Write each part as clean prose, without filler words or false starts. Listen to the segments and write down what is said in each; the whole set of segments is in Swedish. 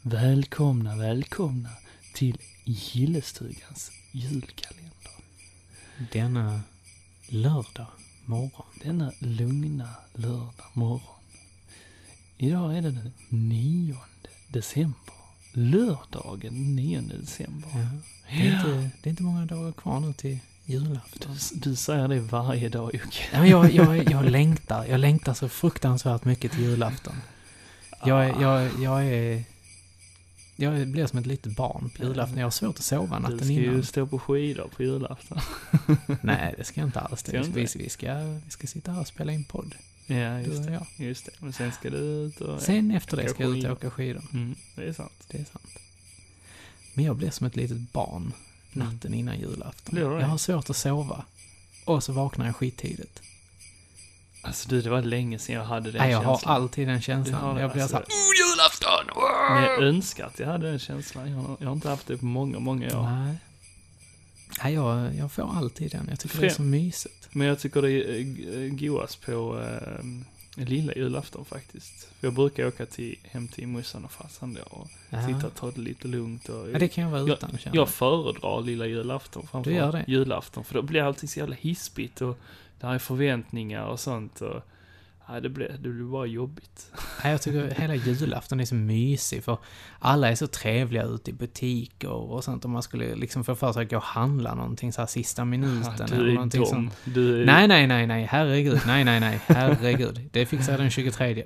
Välkomna till Gillestugans julkalender. Denna lördag morgon. Denna lugna lördag morgon. Idag är det den 9 december. Lördagen 9 december. Ja. Det är inte många dagar kvar nu till julafton. Du säger det varje dag, Jocke. Ja, jag längtar så fruktansvärt mycket till julafton. Jag blir som ett litet barn på julafton. Jag har svårt att sova natten innan. Du ska ju stå på skidor på julafton. Nej, det ska jag inte alls. Vi ska sitta här och spela in podd. Ja, just det. Men sen ska du ut och... Sen efter det ska jag ut och åka skidor. Det är sant. Men jag blir som ett litet barn natten innan julafton. Jag har svårt att sova. Och så vaknar jag skittidigt. Alltså det var länge sedan jag hade den känslan. Jag har alltid den känslan. Jag blir så här, julafton! Men jag önskar att jag hade den känslan. Jag har inte haft det på många år. Nej, jag får alltid den. Jag tycker det är så mysigt. Men jag tycker det är godast på lilla julafton faktiskt. För jag brukar åka hem till morsan och farsan då och sitta och ta det lite lugnt. Och det kan jag vara utan. Jag föredrar lilla julafton framför julafton. För då blir allting så jävla hispigt och det är förväntningar och sånt. Och, det blir bara jobbigt. Jag tycker hela julafton är så mysig för alla är så trevliga ute i butiker och sånt. Om man skulle liksom för sig gå och handla någonting så här sista minuten. Du är någonting dum. Nej, herregud. Nej, herregud. Det fixar jag den 23.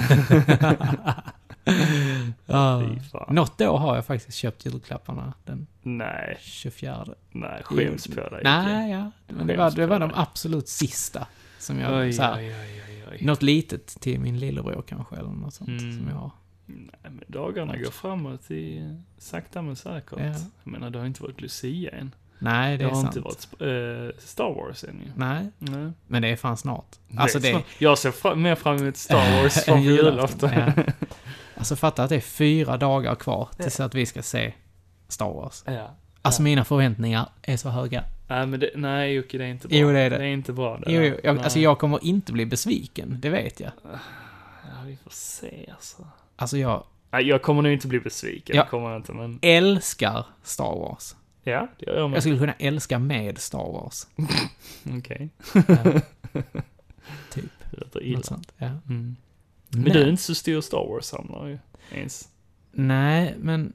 Något år har jag faktiskt köpt julklapparna den 24. Nej, skäms på dig. Nej, men det var de absolut sista som jag något litet till min lillebror kanske eller något sånt som jag har. Nej, men dagarna går framåt i sakta men säkert. Ja. Jag menar, det har inte varit Lucia än. Nej, det är sant. Det har inte varit Star Wars än ju. Nej, men det är fan snart. Jag ser mer fram emot Star Wars från julafton. Ja. Alltså fatta att det är 4 dagar kvar tills att vi ska se Star Wars. Ja. Alltså mina förväntningar är så höga. Nej, Jocke, det är inte bra. Jo, det är det. Det är inte bra. Jag kommer inte bli besviken, det vet jag. Ja, vi får se alltså. Alltså jag kommer nog inte bli besviken. Jag kommer inte, men... älskar Star Wars. Ja, det gör jag med. Jag skulle kunna älska med Star Wars. Okej. Typ. Det låter illa. Sånt. Ja. Men du är inte så stor Star Wars-samlare ju, ens. Nej, men...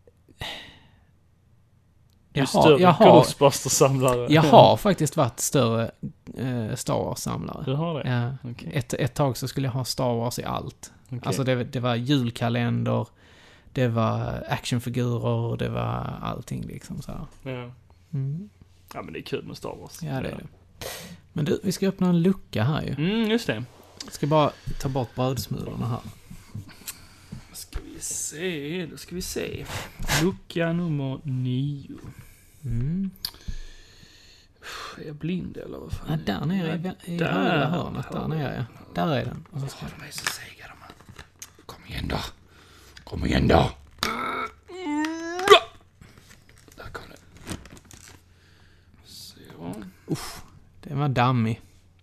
Jag har Ghostbusters-samlare. Jag har faktiskt varit större Star Wars-samlare. Du har det? Ja. Okay. Ett tag så skulle jag ha Star Wars i allt. Okay. Alltså det var julkalender, det var actionfigurer, det var allting liksom så här. Ja. Ja, men det är kul med Star Wars. Ja, det är det. Men du, vi ska öppna en lucka här ju. Just det. Jag ska bara ta bort brödsmulorna här. Då ska vi se. Lucka nummer 9. Är jag blind eller vad fan? Ja, där nere i högra hörnet. Där nere, ja. Där är den. Och så ska de är så sega de här. Kom igen då. Där kom det. Så. Det var dammig.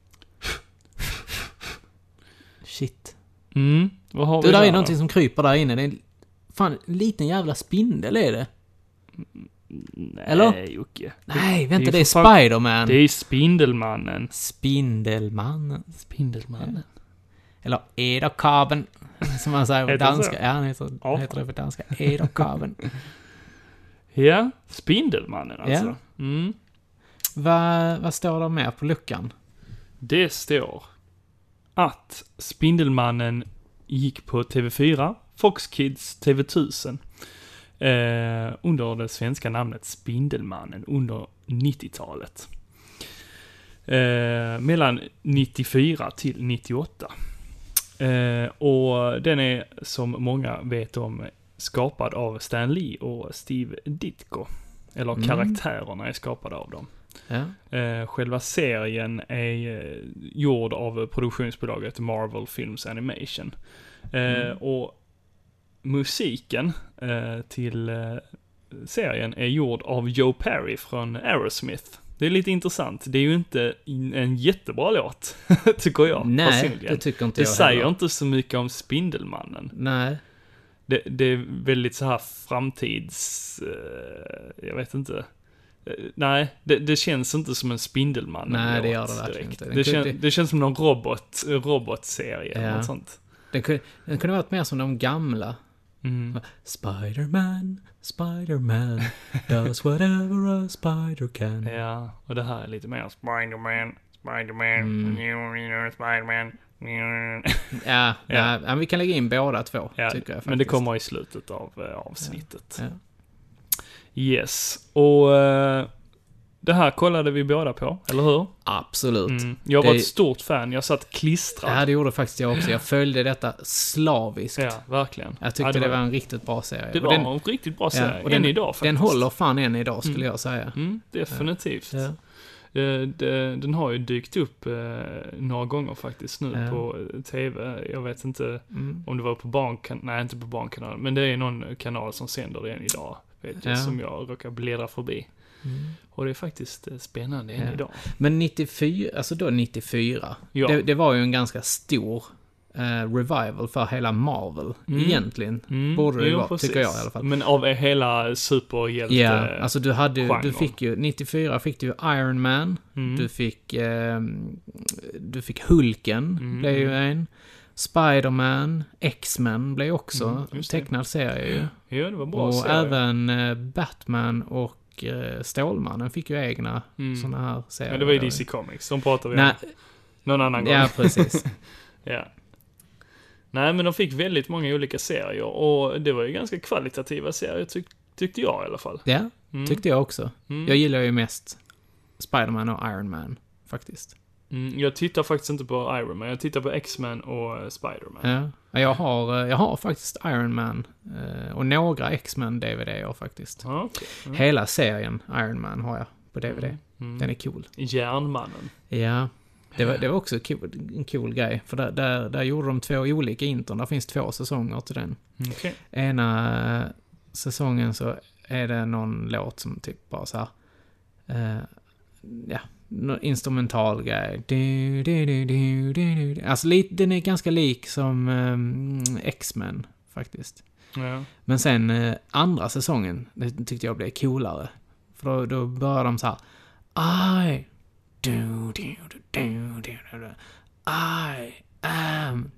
Shit. Vad har vi där där är någonting som kryper där inne. Det är fan en liten jävla spindel är det. Nej, eller? Jocke. Nej, vänta, det är Spider-Man. Det är Spindelmannen. Spindelmannen. Eller Ederkaben, som man säger på danska. Ja, han heter det på danska. Ederkaben. Ja, Spindelmannen alltså. Ja. Vad står det mer på luckan? Det står att Spindelmannen gick på TV4, Fox Kids, TV1000 under det svenska namnet Spindelmannen under 90-talet. Mellan 94 till 98. Och den är, som många vet om, skapad av Stan Lee och Steve Ditko. Eller karaktärerna är skapade av dem. Ja. Själva serien är gjord av produktionsbolaget Marvel Films Animation. Och musiken till serien är gjord av Joe Perry från Aerosmith. Det är lite intressant. Det är ju inte en jättebra låt, tycker jag. Nej, personligen. Det tycker inte jag heller. Det säger inte så mycket om Spindelmannen. Nej. det är väldigt så här framtids... jag vet inte. Nej, det känns inte som en Spindelmannen. Nej, det gör det verkligen inte. Det känns som någon robotserie eller något sånt. Den kunde varit mer som de gamla. Spider-Man does whatever a spider can. Ja, och det här är lite mer Spider-Man, Spider-Man. Ja, men vi kan lägga in båda två, tycker jag faktiskt. Men det kommer i slutet av avsnittet. Ja. Yes, och det här kollade vi båda på, eller hur? Absolut. Jag var ett stort fan, jag satt klistrad. Ja, det gjorde faktiskt jag också. Jag följde detta slaviskt. Ja, verkligen. Jag tyckte det var en riktigt bra serie. Det var en riktigt bra serie, och än idag faktiskt. Den håller fan än idag, skulle jag säga. Definitivt. Ja. Den har ju dykt upp några gånger faktiskt nu på tv. Jag vet inte om det var på Barnkanalen. Nej, inte på Barnkanalen. Men det är någon kanal som sänder den idag. Vet jag, som jag råkar bläddra förbi. Och det är faktiskt spännande än idag. Men 94, alltså då 94. Det var ju en ganska stor revival för hela Marvel. Egentligen. Borde det vara, tycker jag i alla fall. Men av hela superhjälte. Ja, alltså du fick ju 94 fick du ju Iron Man. Du fick Hulken, blev ju en. Spider-Man, X-Men blev också tecknad serie ju. Ja, det var bra och serie. Även Batman och Stålmannen fick ju egna såna här serier. Men det var ju DC Comics, de pratade vi om någon annan gång. Ja, precis. Ja. Nej, men de fick väldigt många olika serier, och det var ju ganska kvalitativa serier, tyckte jag i alla fall. Ja, tyckte jag också. Jag gillar ju mest Spider-Man och Iron Man, faktiskt. Jag tittar faktiskt inte på Iron Man, jag tittar på X-Men och Spider-Man. Ja, jag har faktiskt Iron Man och några X-Men DVD faktiskt. Okay. Hela serien Iron Man har jag på DVD. Den är cool. Järnmannen. Ja, det var också en cool grej. För där gjorde de 2 olika intron. Där finns 2 säsonger till den. Okay. Ena säsongen så är det någon låt som typ bara så här... instrumental grej. Alltså den är ganska lik som X-Men faktiskt. Ja. Men sen andra säsongen, det tyckte jag blev coolare. För då börjar de så här: I am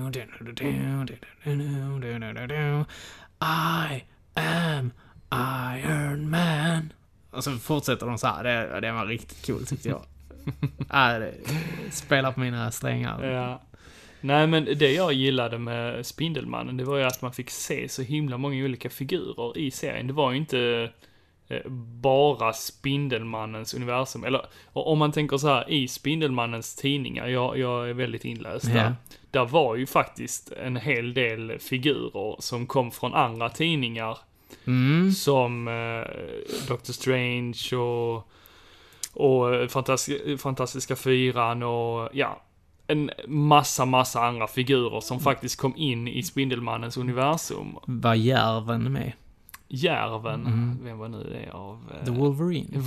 I am Iron Man. Och så fortsätter de så här. Det var riktigt cool, tyckte jag. Det spelar på mina strängar. Ja. Nej, men det jag gillade med Spindelmannen, det var ju att man fick se så himla många olika figurer i serien. Det var ju inte bara Spindelmannens universum. Eller om man tänker så här, i Spindelmannens tidningar, jag är väldigt inläst där. Där var ju faktiskt en hel del figurer som kom från andra tidningar. Som Doctor Strange och Fantastiska Fyran och en massa andra figurer som faktiskt kom in i Spindelmannens universum. Var Järven med? Järven? Vem var nu det av? The Wolverine.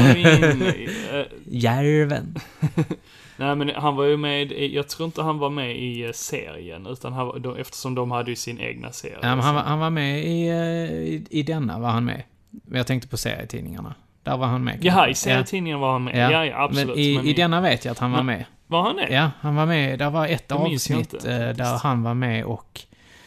Järven. Nej, men han var ju med, jag tror inte han var med i serien, utan eftersom de hade ju sin egna serie. Ja, men han var med i denna var han med. Jag tänkte på serietidningarna. Där var han med. Jaha, i serietidningen var han med. Ja, absolut. Men i denna vet jag att han var med. Var han med? Ja, han var med. Där var ett avsnitt där han var med och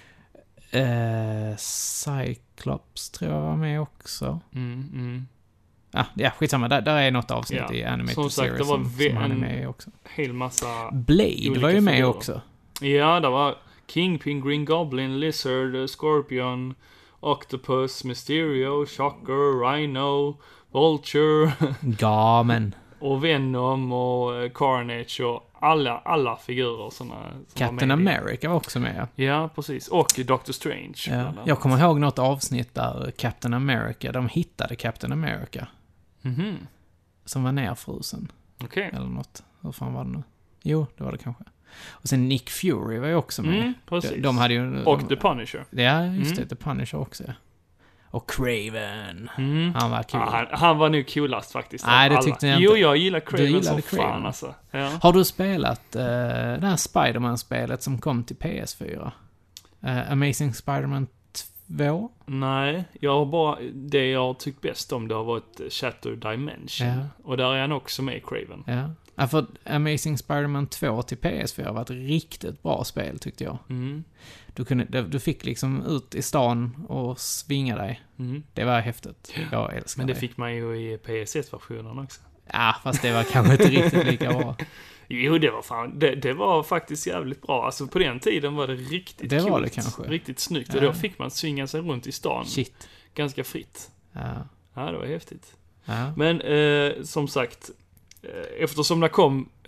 Cyclops tror jag var med också. Ja, skitsamma. Där är något avsnitt i Animated Series som han är med också. Hel massa Blade var ju med också. Ja, det var Kingpin, Green Goblin, Lizard, Scorpion, Octopus, Mysterio, Shocker, Rhino, Vulture, Gamen och Venom och Carnage och alla figurer som Captain America var också med. Ja, precis. Och Doctor Strange. Ja. Jag kommer ihåg något avsnitt där Captain America, de hittade Captain America. Som var nerfrusen. Okej. Eller något. Hur fan var det nu? Jo, det var det kanske. Och sen Nick Fury var ju också med. Precis. De hade ju... Och The Punisher. Ja, just det. The Punisher också, ja. Och Craven. Han var cool. Ja, han var nu coolast faktiskt. Nej, det tyckte jag inte. Jo, jag gillar Craven som fan alltså. Ja. Har du spelat det här Spider-Man-spelet som kom till PS4? Amazing Spider-Man Nej, det jag har tyckt bäst om det har varit Shattered Dimension. Ja. Och där är han också med, Craven. Ja, för Amazing Spider-Man 2 till PS4 var ett riktigt bra spel, tyckte jag. Mm. Du fick liksom ut i stan och svinga dig. Mm. Det var häftigt. Jag älskar det. Men det fick man ju i PS1-versionen också. Ja, fast det var kanske inte riktigt lika bra. Jo, det var faktiskt jävligt bra. Alltså på den tiden var det riktigt det coolt. Var det kanske. Riktigt snyggt. Och då fick man svinga sig runt i stan. Shit. Ganska fritt. Ja, det var häftigt. Ja. Men som sagt, eftersom det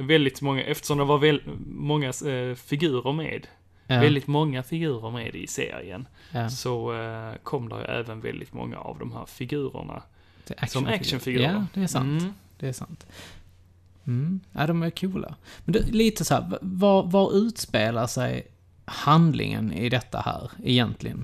var många figurer med. Ja. Väldigt många figurer med i serien. Ja. Så kom det även väldigt många av de här figurerna som actionfigurer. Ja, det är sant. Det är sant. Ja, de är coola. Men det, lite så här, var utspelar sig handlingen i detta här egentligen?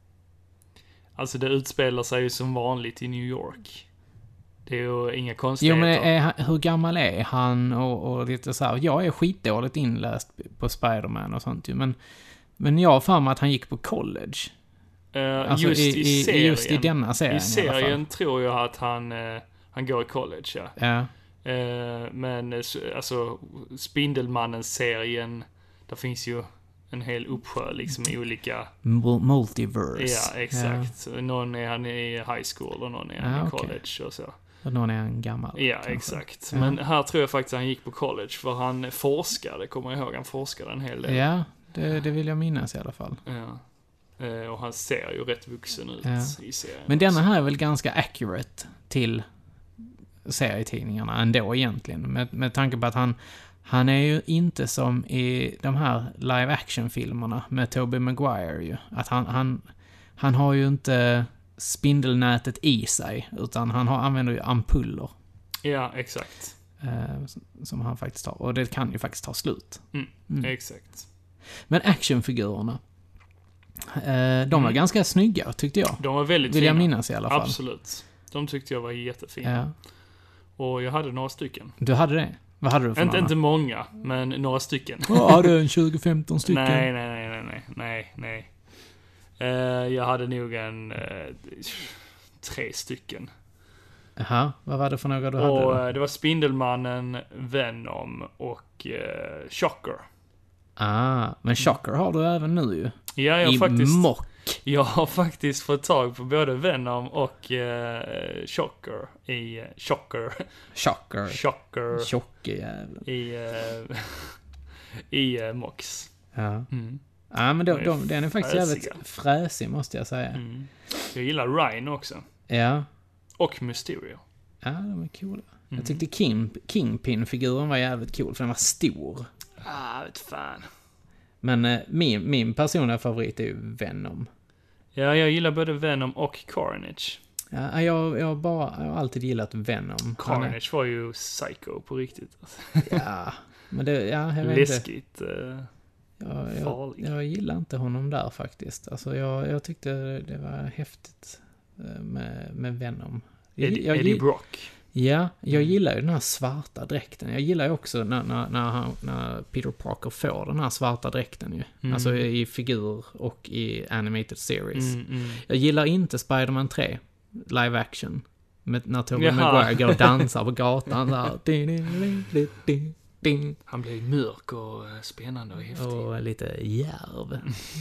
Alltså det utspelar sig ju som vanligt i New York. Det är ju inga konstigheter. Jo, men hur gammal är han och lite så här, jag är skitdåligt inläst på Spider-Man och sånt ju, men jag har för mig att han gick på college. Alltså just i denna serien. I serien tror jag att han går i college, ja. Men alltså Spindelmannen-serien, där finns ju en hel uppsjö liksom i olika multiverse. Ja, exakt. Ja. Någon är han i high school och någon är han i college och så. Och någon är han gammal. Ja, kanske. Exakt. Ja. Men här tror jag faktiskt att han gick på college, för han forskade, kommer jag ihåg, han forskade en hel del. Ja, det vill jag minnas i alla fall. Ja. Och han ser ju rätt vuxen ut i serien. Men denna här är väl ganska accurate till serietidningarna ändå egentligen. Med tanke på att han är ju inte som i de här live action-filmerna med Tobey Maguire ju. Att han har ju inte spindelnätet i sig, utan han använder ju ampuller. Ja, exakt. Som han faktiskt har. Och det kan ju faktiskt ta slut. Exakt. Men actionfigurerna, de var ganska snygga, tyckte jag. De var väldigt Vill jag fina. minnas i alla fall. Absolut. De tyckte jag var jättefina. Ja. Och jag hade några stycken. Du hade det? Vad hade du för några? Inte många, men några stycken. Ja, du en 20-15 stycken? Nej. Jag hade nog 3 stycken. Jaha, vad var det för några du hade då? Och det var Spindelmannen, Venom och Shocker. Men Shocker har du även nu ju. Ja, jag har faktiskt fått tag på både Venom och Shocker i Shocker. Tjockejävlar. I Mox. Ja. Ja, men den är faktiskt jävligt fräsig, måste jag säga. Jag gillar Ryan också. Ja. Och Mysterio. Ja, de är coola. Jag tyckte Kingpin-figuren var jävligt cool, för den var stor. Vet fan. Men min personliga favorit är ju Venom. Ja, jag gillar både Venom och Carnage. Ja, jag har alltid gillat Venom. Carnage var ju psycho på riktigt. Ja, men det... Ja, jag vet läskigt. Farligt. Jag gillar inte honom där faktiskt. Alltså, jag tyckte det var häftigt med Venom. Eddie Brock. Ja, jag gillar ju den här svarta dräkten. Jag gillar ju också när Peter Parker får den här svarta dräkten ju. Alltså i figur och i animated series. Jag gillar inte Spider-Man 3 live action. När Tobey Maguire går och dansar på gatan där. Han blir mörk och spännande och häftig. Och lite djärv.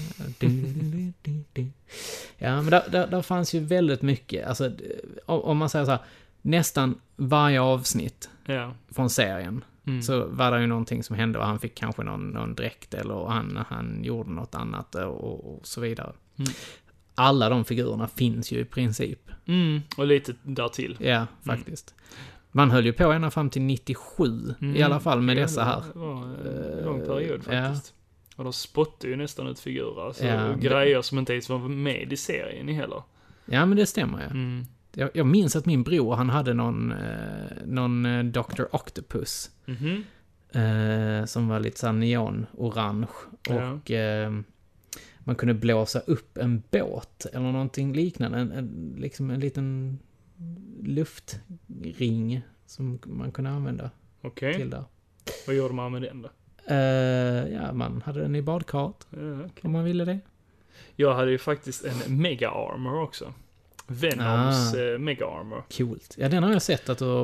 Ja, men där fanns ju väldigt mycket. Alltså, om man säger så här, nästan varje avsnitt från serien så var det ju någonting som hände och han fick kanske någon dräkt eller han gjorde något annat och så vidare. Alla de figurerna finns ju i princip. Och lite där till. Ja, faktiskt. Man höll ju på ända fram till 97 i alla fall med dessa här. Det var en lång period faktiskt. Ja. Och de spottar ju nästan ut figurer. Alltså, grejer som inte ens var med i serien heller. Ja, men det stämmer ju. Jag minns att min bror, han hade någon Dr. Octopus. Som var lite såhär neon-orange. Och man kunde blåsa upp en båt eller någonting liknande. Liksom en liten luftring som man kunde använda till där. Vad gjorde man med den då? Ja, man hade den i badkaret. Om man ville det. Jag hade ju faktiskt en Mega Armor också. Venoms Mega Armor. Coolt. Ja, den har jag sett att du...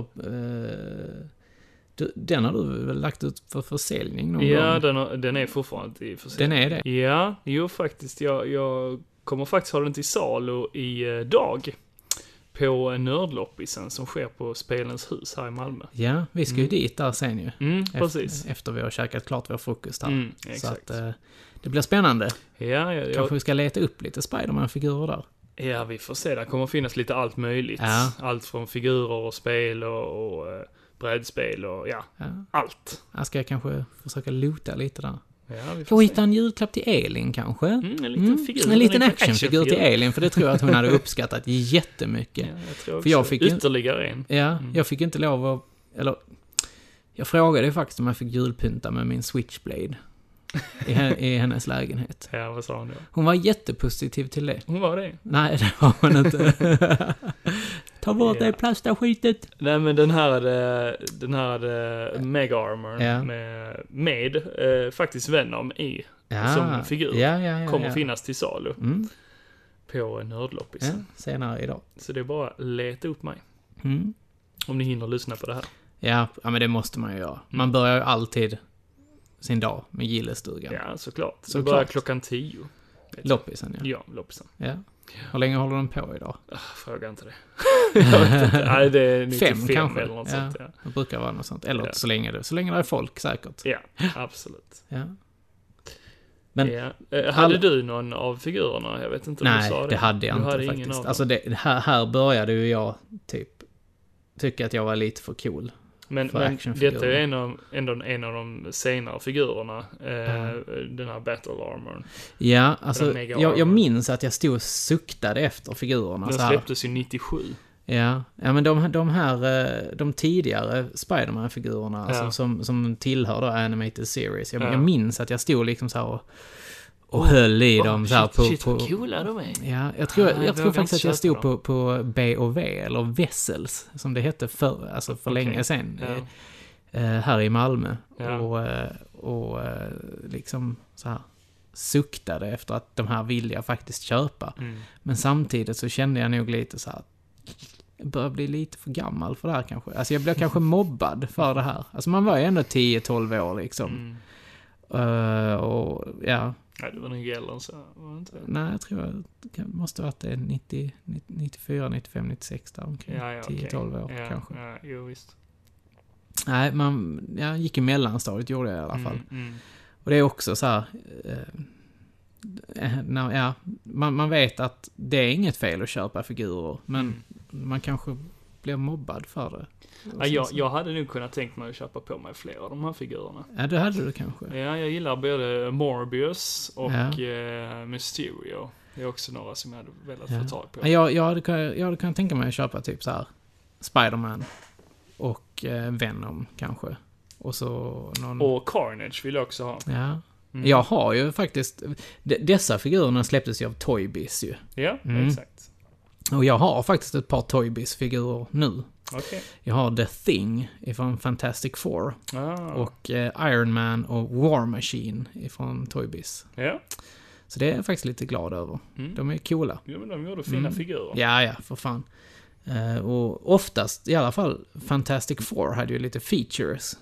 den har du väl lagt ut för försäljning någon gång? Ja, den är fortfarande i försäljning. Den är det? Ja, jo faktiskt. Jag kommer faktiskt ha den till salu i dag. På nördloppisen som sker på Spelens hus här i Malmö. Ja, vi ska ju dit där sen ju. Precis. Efter vi har käkat klart vår frukost här. Exakt. Så att det blir spännande. Ja, Kanske vi ska leta upp lite Spider-Man-figurer där. Ja, vi får se. Det kommer finnas lite allt möjligt. Ja. Allt från figurer och spel och brädspel och allt. Jag ska kanske försöka loota lite där. Ja, vi Får hitta en julklapp till Elin kanske? En liten figur. En liten actionfigur till Elin, för det tror jag att hon hade uppskattat jättemycket. Ja, jag tror också. För jag fick ytterligare en. Ja, jag fick inte lov att... Eller... Jag frågade faktiskt om jag fick julpynta med min Switchblade. I hennes lägenhet. Ja, vad sa hon då? Hon var jättepositiv till det. Hon var det? Nej, det var hon inte. Ta bort det plastaskitet. Nej, men den här hade Mega Armor med faktiskt Venom i som figur. Ja, kommer finnas till salu på nördloppisen. Senare idag. Så det är bara att leta upp mig. Om ni hinner lyssna på det här. Ja, men det måste man ju göra. Man börjar ju alltid sin dag med gillestugan. Ja, såklart. Så börjar klockan 10. Loppisen, Ja, loppisen. Ja. Hur länge håller de på idag? Fråga inte det. Jag vet inte. Nej, det är 5 kanske. Eller något sånt. Ja. Det brukar vara något sånt. Eller så länge det är folk säkert. Ja, absolut. Ja. Men hade du någon av figurerna? Jag vet inte om du sa det. Nej, det hade jag inte faktiskt. Alltså här började ju jag tycka att jag var lite för cool. Men detta är ändå en av de senare figurerna, den här Battle Armor. Ja, alltså jag minns att jag stod och suktade efter figurerna. Den släpptes ju 97. Ja, men de tidigare Spider-Man-figurerna alltså, som tillhör då Animated Series. Jag minns att jag stod liksom så här och höll i dem så här på... Shit, vad coola de är. Ja, jag tror faktiskt att jag stod på B&V eller Vessels, som det hette för länge sedan. Här i Malmö. Och liksom så här suktade efter att de här vill jag faktiskt köpa. Men samtidigt så kände jag nog lite så här, jag börjar bli lite för gammal för det här kanske. Alltså jag blev kanske mobbad för det här. Alltså man var ju ändå 10-12 år liksom. Och ja. Nej, det var nog äldre så. Nej, jag tror det måste ha varit det 94, 95, 96 där omkring. 10-12 år kanske. Ja, jo visst. Nej, jag gick i mellanstadiet, gjorde jag i alla fall. Och det är också så här... man vet att det är inget fel att köpa figurer, men man kanske blir mobbad för det. Jag hade nog kunnat tänkt mig att köpa på mig fler av de här figurerna. Ja, det hade du kanske. Ja, jag gillar både Morbius och Mysterio. Det är också några som jag hade velat få tag på. Jag hade kunnat tänka mig att köpa typ så här Spider-Man och Venom kanske. Och så någon... Och Carnage vill jag också ha. Ja. Jag har ju faktiskt... Dessa figurerna släpptes ju av Toy Biz ju. Ja, exakt. Och jag har faktiskt ett par Toy Biz-figurer nu. Okay. Jag har The Thing ifrån Fantastic Four. Och Iron Man och War Machine ifrån Toy Biz. Ja. Så det är jag faktiskt lite glad över. De är coola. Ja, men de gjorde fina figurer. Ja, för fan. Och oftast, i alla fall, Fantastic Four hade ju lite features.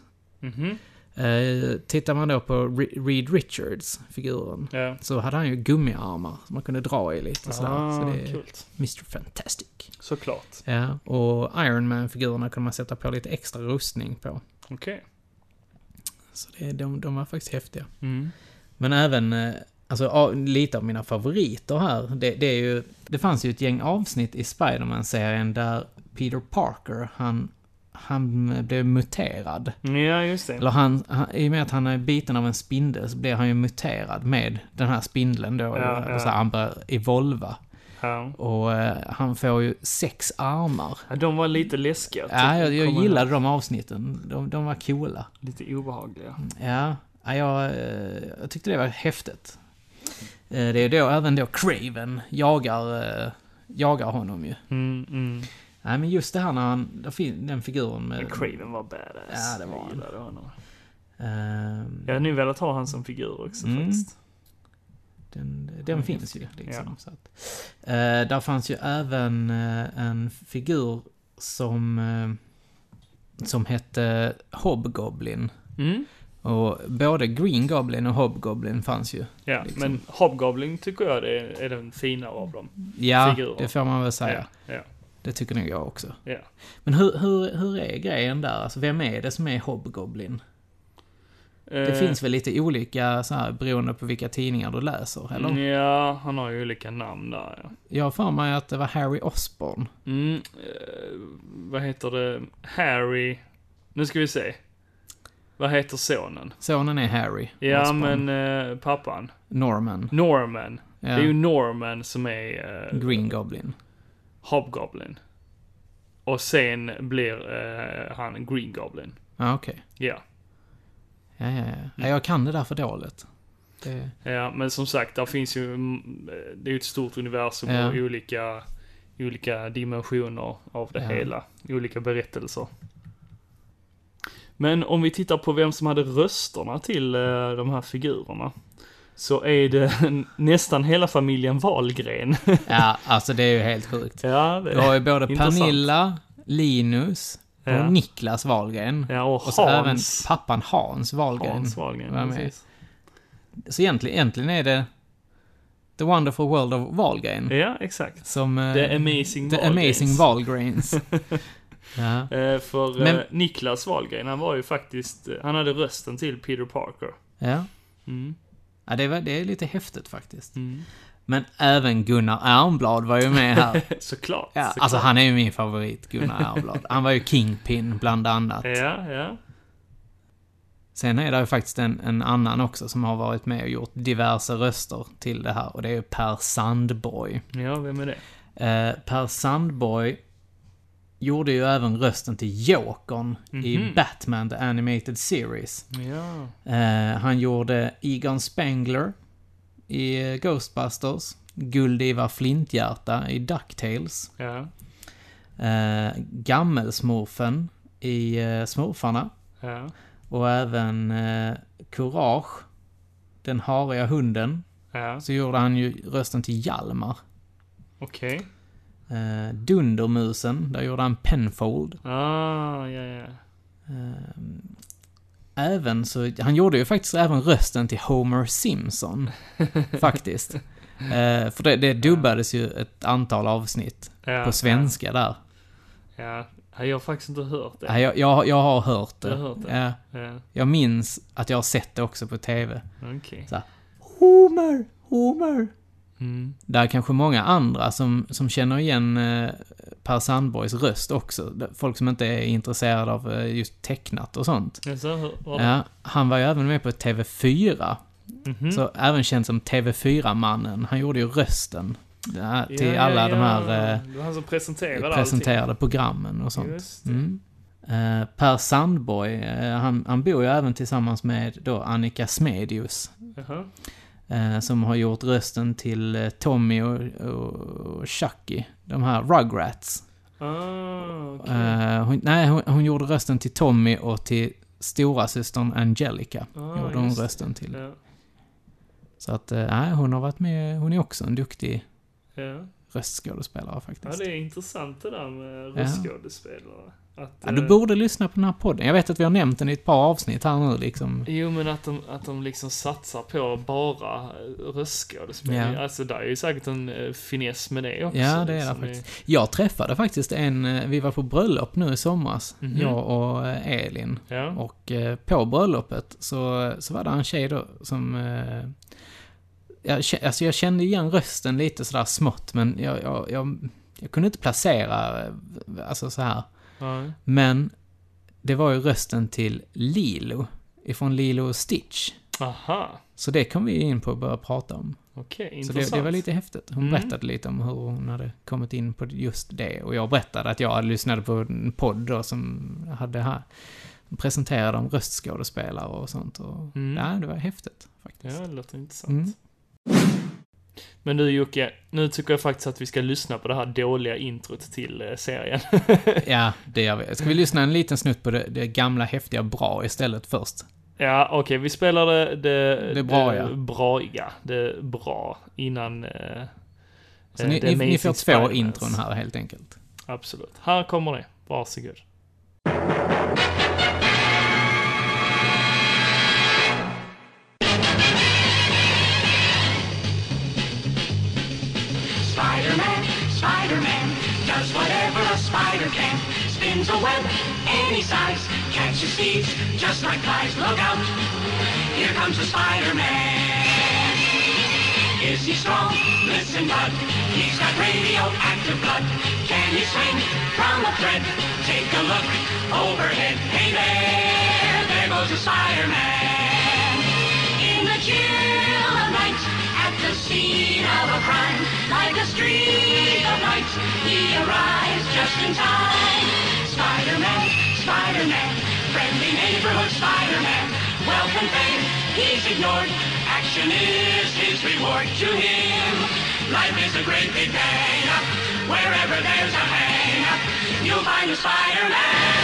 Tittar man då på Reed Richards figuren så hade han ju gummiarmar som man kunde dra i lite sådär. Så det är coolt. Mr. Fantastic. Såklart. Ja, och Iron Man-figurerna kunde man sätta på lite extra rustning på. Okej. Så de var faktiskt häftiga. Men även, alltså lite av mina favoriter här, det är ju, det fanns ju ett gäng avsnitt i Spider-Man-serien där Peter Parker, han blev muterad. Ja, just det. Eller i och med att han är biten av en spindel så blir han ju muterad med den här spindeln då. Så han börjar evolva. Ja. Och han får ju 6 armar. Ja, de var lite läskiga. Ja, jag gillade de avsnitten. De var coola. Lite obehagliga. Ja, jag tyckte det var häftigt. Det är då även då Kraven jagar honom ju. Nej, men just det här när den figuren med... Men Kraven var badass. Ja, det var han. Jag hade nu velat ha han som figur också faktiskt. den finns ju liksom. Ja. Så att, där fanns ju även en figur som hette Hobgoblin. Och både Green Goblin och Hobgoblin fanns ju. Ja, liksom. Men Hobgoblin tycker jag är den finare av dem. Ja, figurer. Det får man väl säga. Ja. Det tycker nog jag också. Ja. Men hur är grejen där? Alltså, vem är det som är Hobgoblin? Det finns väl lite olika så här, beroende på vilka tidningar du läser, eller? Ja, han har ju olika namn där, ja. Jag har för mig att det var Harry Osborn. Vad heter det? Harry... Nu ska vi se. Vad heter sonen? Sonen är Harry Osborn. Men pappan? Norman. Ja. Det är ju Norman som är... Green Goblin. Hobgoblin. Och sen blir han Green Goblin. Ja, okej. Ja. Ja, jag kan det där för dåligt. Ja, men som sagt, där finns ju... Det är ju ett stort universum och olika dimensioner av det hela. Olika berättelser. Men om vi tittar på vem som hade rösterna till de här figurerna, så är det nästan hela familjen Wahlgren. Ja, alltså det är ju helt sjukt. Ja, det är du har ju både intressant. Pernilla, Linus och Niklas Wahlgren. Ja, och så Hans. även pappan Hans Wahlgren. Hans Wahlgren, precis. Så egentligen är det The Wonderful World of Wahlgren. Ja, exakt. Som, The Amazing Wahlgrens. Ja. Men Niklas Wahlgren, han var ju faktiskt... Han hade rösten till Peter Parker. Ja. Ja, det är lite häftigt faktiskt. Mm. Men även Gunnar Armblad var ju med här. Såklart. Ja, såklart. alltså han är ju min favorit, Gunnar Armblad. Han var ju Kingpin bland annat. Ja. Sen är det ju faktiskt en annan också som har varit med och gjort diverse röster till det här. Och det är ju Per Sandborg. Ja, vem är det? Per Sandborg gjorde ju även rösten till Jokern i Batman The Animated Series. Ja. Han gjorde Egon Spengler i Ghostbusters, Guldiva Flinthjärta i DuckTales, Gammelsmurfen i Smurfarna, och även Courage, den hariga hunden, så gjorde han ju rösten till Hjalmar. Okej. Dundermusen, där gjorde han Penfold. Ja. Även så, han gjorde ju faktiskt även rösten till Homer Simpson, faktiskt. För det dubbades ju ett antal avsnitt på svenska där. Ja, jag har faktiskt inte hört det. Jag har hört det. Jag har hört det. Ja. Jag minns att jag har sett det också på tv. Okej. Så här, Homer. Det är kanske många andra som känner igen Per Sandborgs röst också. Folk som inte är intresserade av just tecknat och sånt. Han var ju även med på TV4. Så även känd som TV4-mannen. Han gjorde ju rösten till alla de här det var han som presenterade programmen och sånt. Per Sandborg, han bor ju även tillsammans med då Annika Smedius. Som har gjort rösten till Tommy och Chucky, de här Rugrats. Hon gjorde rösten till Tommy och till stora systern Angelica. Gjorde hon rösten till. Ja. Så att hon har varit med, hon är också en duktig röstskådespelare faktiskt. Ja, det är intressant det där med röstskådespelare. Du borde lyssna på den här podden. Jag vet att vi har nämnt den i ett par avsnitt här nu liksom. Jo, men att de liksom satsar på bara röstskådespel. Ja. Alltså där är ju säkert en finess med det också. Ja, det är det faktiskt. Jag träffade faktiskt vi var på bröllop nu i somras. Jag och Elin. Ja. Och på bröllopet så var det en tjej då som... jag kände igen rösten lite sådär smått, men jag kunde inte placera alltså så här. Men det var ju rösten till Lilo ifrån Lilo och Stitch. Aha. Så det kom vi in på att börja prata om. Okej, intressant. Så det var lite häftigt. Hon berättade lite om hur hon hade kommit in på just det. Och jag berättade att jag lyssnade på en podd då som hade här presenterade om röstskådespelare och sånt. Och ja, det var häftigt faktiskt. Ja, det låter intressant. Men du Jocke, nu tycker jag faktiskt att vi ska lyssna på det här dåliga introt till serien. Ja, det gör vi. Ska vi lyssna en liten snutt på det gamla häftiga bra istället först? Ja, okej, vi spelar det bra, ja. braiga. Det bra innan... Så ni får 2 intron här helt enkelt. Absolut. Här kommer det. Varsågod. Spider-Man does whatever a spider can. Spins a web any size, catches thieves just like flies. Look out, here comes the Spider-Man. Is he strong? Listen, bud, he's got radioactive blood. Can he swing from a thread? Take a look overhead. Hey there goes the Spider-Man. In the chill of night, at the scene of a crime, like a streak of light, he arrives just in time. Spider-Man, Spider-Man, friendly neighborhood Spider-Man. Wealth and fame, he's ignored. Action is his reward to him. Life is a great big hang-up. Wherever there's a hang-up, you'll find a Spider-Man.